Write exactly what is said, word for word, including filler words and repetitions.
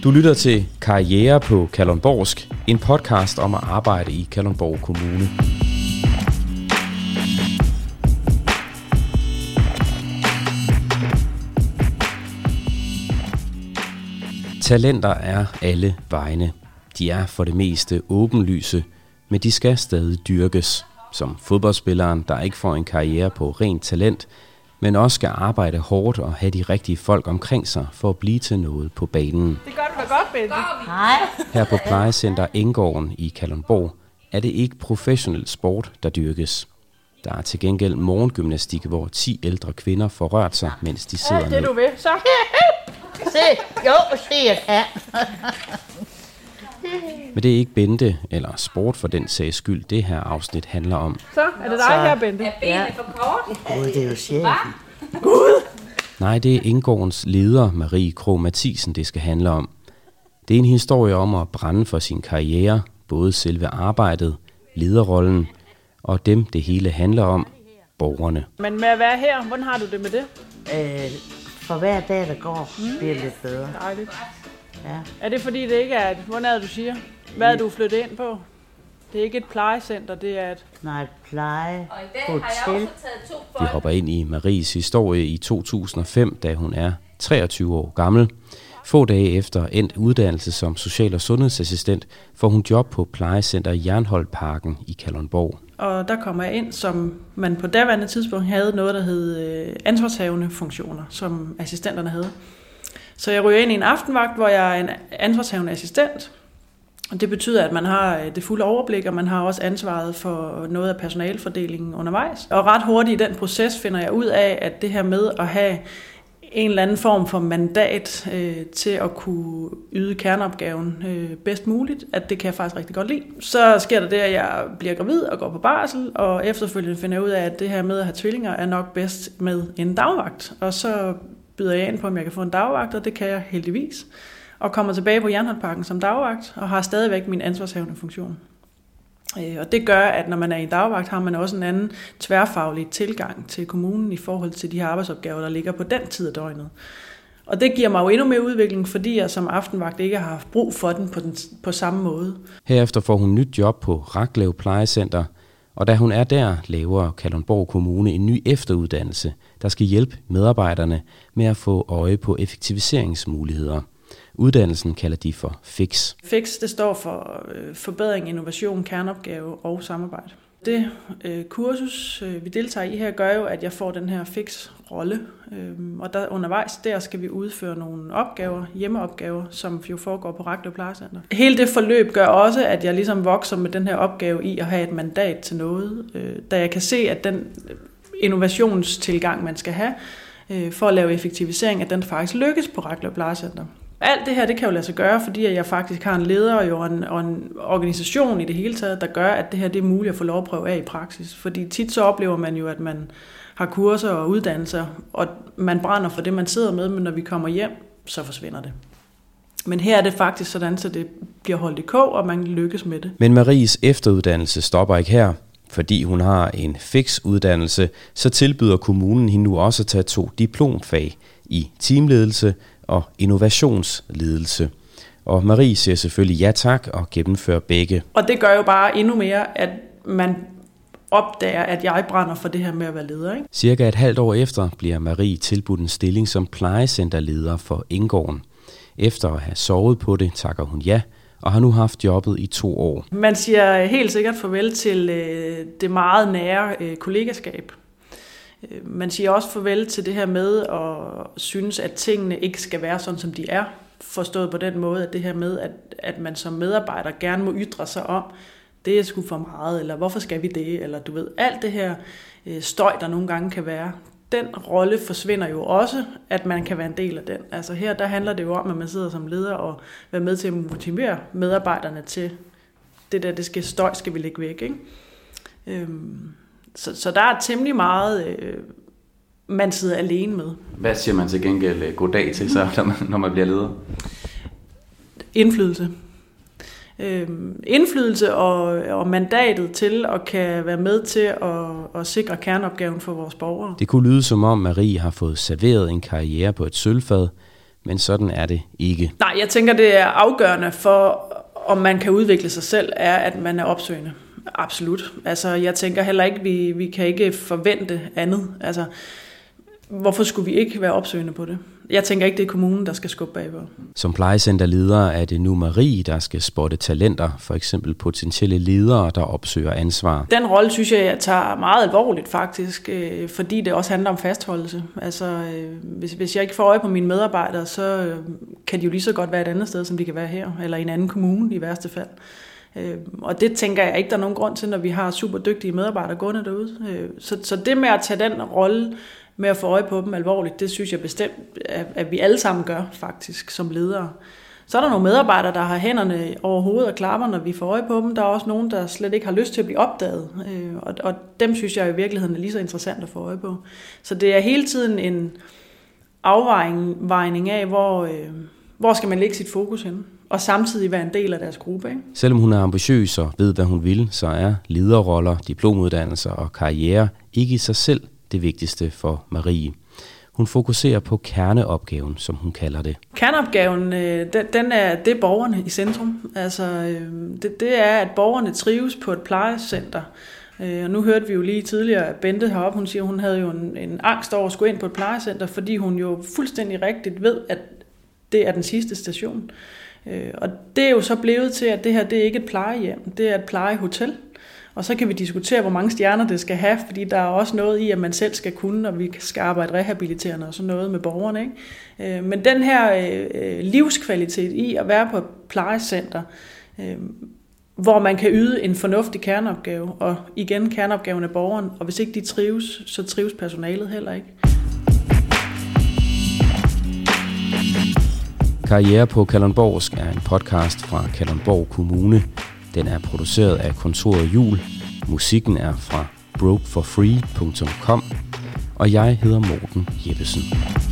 Du lytter til Karriere på Kalundborgsk, en podcast om at arbejde i Kalundborg Kommune. Talenter er alle vegne. De er for det meste åbenlyse, men de skal stadig dyrkes. Som fodboldspilleren, der ikke får en karriere på rent talent, men også skal arbejde hårdt og have de rigtige folk omkring sig for at blive til noget på banen. Det gør du da godt, Bente. Hej. Her på plejecenter Enggården i Kalundborg er det ikke professionel sport, der dyrkes. Der er til gengæld morgengymnastik, hvor ti ældre kvinder får rørt sig, mens de sidder Ja, ned. det du vil, så. Se, jo, se jeg kan. Men det er ikke Bente eller sport for den sags skyld, det her afsnit handler om. Så er det dig her, Bente. Er benene for kort? Gud, det er jo chefen. Nej, det er Enggårdens leder, Marie Krog Mathisen, det skal handle om. Det er en historie om at brænde for sin karriere, både selve arbejdet, lederrollen og dem, det hele handler om, borgerne. Men med at være her, hvordan har du det med det? Øh, for hver dag, der går, bliver det lidt bedre. Dejligt. Ja. Er det fordi, det ikke er et, hvordan er det, du siger? Hvad er du flyttet ind på? Det er ikke et plejecenter, det er et... Nej, pleje, Og i dag har jeg hotel. også taget to Vi folk. hopper ind i Maries historie i to tusind og fem, da hun er treogtyve år gammel. Få dage efter endt uddannelse som social- og sundhedsassistent, får hun job på plejecenter Jernholtparken i Kalundborg. Og der kommer jeg ind, som man på daværende tidspunkt havde noget, der hed øh, ansvarshavende funktioner, som assistenterne havde. Så jeg ryger ind i en aftenvagt, hvor jeg er en ansvarshavende assistent. Og det betyder, at man har det fulde overblik, og man har også ansvaret for noget af personalefordelingen undervejs. Og ret hurtigt i den proces finder jeg ud af, at det her med at have en eller anden form for mandat øh, til at kunne yde kerneopgaven øh, bedst muligt, at det kan jeg faktisk rigtig godt lide. Så sker der det, at jeg bliver gravid og går på barsel, og efterfølgende finder jeg ud af, at det her med at have tvillinger er nok bedst med en dagvagt. Og så byder jeg ind på, om jeg kan få en dagvagt, og det kan jeg heldigvis. Og kommer tilbage på Jernholtparken som dagvagt, og har stadigvæk min ansvarshavende funktion. Og det gør, at når man er i en dagvagt, har man også en anden tværfaglig tilgang til kommunen i forhold til de her arbejdsopgaver, der ligger på den tid af døgnet. Og det giver mig jo endnu mere udvikling, fordi jeg som aftenvagt ikke har haft brug for den på, den, på samme måde. Herefter får hun nyt job på Raklev Plejecenter, og da hun er der, laver Kalundborg Kommune en ny efteruddannelse, der skal hjælpe medarbejderne med at få øje på effektiviseringsmuligheder. Uddannelsen kalder de for FIX. FIX, det står for øh, forbedring, innovation, kerneopgave og samarbejde. Det øh, kursus, øh, vi deltager i her, gør jo, at jeg får den her FIX-rolle. Øh, og der undervejs der skal vi udføre nogle opgaver, hjemmeopgaver, som jo foregår på Raklev Plejecenter. Hele det forløb gør også, at jeg ligesom vokser med den her opgave i at have et mandat til noget. Øh, da jeg kan se, at den innovationstilgang, man skal have øh, for at lave effektivisering, at den faktisk lykkes på Raklev Plejecenter. Alt det her, det kan jo lade sig gøre, fordi jeg faktisk har en leder og, jo en, og en organisation i det hele taget, der gør, at det her det er muligt at få lov at prøve af i praksis. Fordi tit så oplever man jo, at man har kurser og uddannelser, og man brænder for det, man sidder med, men når vi kommer hjem, så forsvinder det. Men her er det faktisk sådan, så det bliver holdt i kog, og man lykkes med det. Men Maries efteruddannelse stopper ikke her. Fordi hun har en FIX-uddannelse, så tilbyder kommunen hende nu også at tage to diplomfag i teamledelse og innovationsledelse. Og Marie siger selvfølgelig ja tak og gennemfører begge. Og det gør jo bare endnu mere, at man opdager, at jeg brænder for det her med at være leder. Ikke? Cirka et halvt år efter bliver Marie tilbudt en stilling som plejecenterleder for Enggården. Efter at have sovet på det, takker hun ja, og har nu haft jobbet i to år. Man siger helt sikkert farvel til øh, det meget nære øh, kollegaskab. Man siger også farvel til det her med at synes, at tingene ikke skal være sådan, som de er. Forstået på den måde, at det her med, at, at man som medarbejder gerne må ytre sig om, det er sgu for meget, eller hvorfor skal vi det, eller du ved, alt det her øh, støj, der nogle gange kan være. Den rolle forsvinder jo også, at man kan være en del af den. Altså her, der handler det jo om, at man sidder som leder og være med til at motivere medarbejderne til det der, det skal støj, skal vi lægge væk, ikke? Øhm, så, så der er temmelig meget, øh, man sidder alene med. Hvad siger man til gengæld goddag til så, når man, når man bliver leder? Indflydelse. Øhm, indflydelse og, og mandatet til at kan være med til at, at sikre kerneopgaven for vores borgere. Det kunne lyde som om Marie har fået serveret en karriere på et sølvfad, men sådan er det ikke. Nej, jeg tænker, det er afgørende for, om man kan udvikle sig selv, er, at man er opsøgende. Absolut. Altså, jeg tænker heller ikke, vi, vi kan ikke forvente andet. Altså, hvorfor skulle vi ikke være opsøgende på det? Jeg tænker ikke, det er kommunen, der skal skubbe bagpå. Som plejecenterleder er det nu Marie, der skal spotte talenter, for eksempel potentielle ledere, der opsøger ansvar. Den rolle synes jeg, jeg tager meget alvorligt faktisk, øh, fordi det også handler om fastholdelse. Altså, øh, hvis, hvis jeg ikke får øje på mine medarbejdere, så øh, kan de jo lige så godt være et andet sted, som de kan være her, eller i en anden kommune i værste fald. Øh, og det tænker jeg ikke, der er nogen grund til, når vi har super dygtige medarbejdere gående derude. Øh, så, så det med at tage den rolle med at få øje på dem alvorligt, det synes jeg bestemt, at, at vi alle sammen gør faktisk som ledere. Så er der nogle medarbejdere, der har hænderne over hovedet og klapper, når vi får øje på dem. Der er også nogen, der slet ikke har lyst til at blive opdaget. Øh, og, og dem synes jeg i virkeligheden er lige så interessant at få øje på. Så det er hele tiden en afvejning af, hvor, øh, hvor skal man lægge sit fokus henne. Og samtidig være en del af deres gruppe. Ikke? Selvom hun er ambitiøs og ved, hvad hun vil, så er lederroller, diplomuddannelser og karriere ikke i sig selv det vigtigste for Marie. Hun fokuserer på kerneopgaven, som hun kalder det. Kerneopgaven, den er, det er borgerne i centrum. Altså, det, det er, at borgerne trives på et plejecenter. Og nu hørte vi jo lige tidligere, at Bente heroppe, hun siger, hun havde jo en, en angst over at skulle ind på et plejecenter, fordi hun jo fuldstændig rigtigt ved, at det er den sidste station. Og det er jo så blevet til, at det her det er ikke et plejehjem, det er et plejehotel. Og så kan vi diskutere, hvor mange stjerner det skal have, fordi der er også noget i, at man selv skal kunne, og vi skal arbejde rehabiliterende og sådan noget med borgerne. Ikke? Men den her livskvalitet i at være på et plejecenter, hvor man kan yde en fornuftig kerneopgave, og igen kerneopgaven er borgeren, og hvis ikke de trives, så trives personalet heller ikke. Karriere på Kalundborgsk er en podcast fra Kalundborg Kommune. Den er produceret af Kontoret Jul. Musikken er fra broke for free punktum com. Og jeg hedder Morten Jeppesen.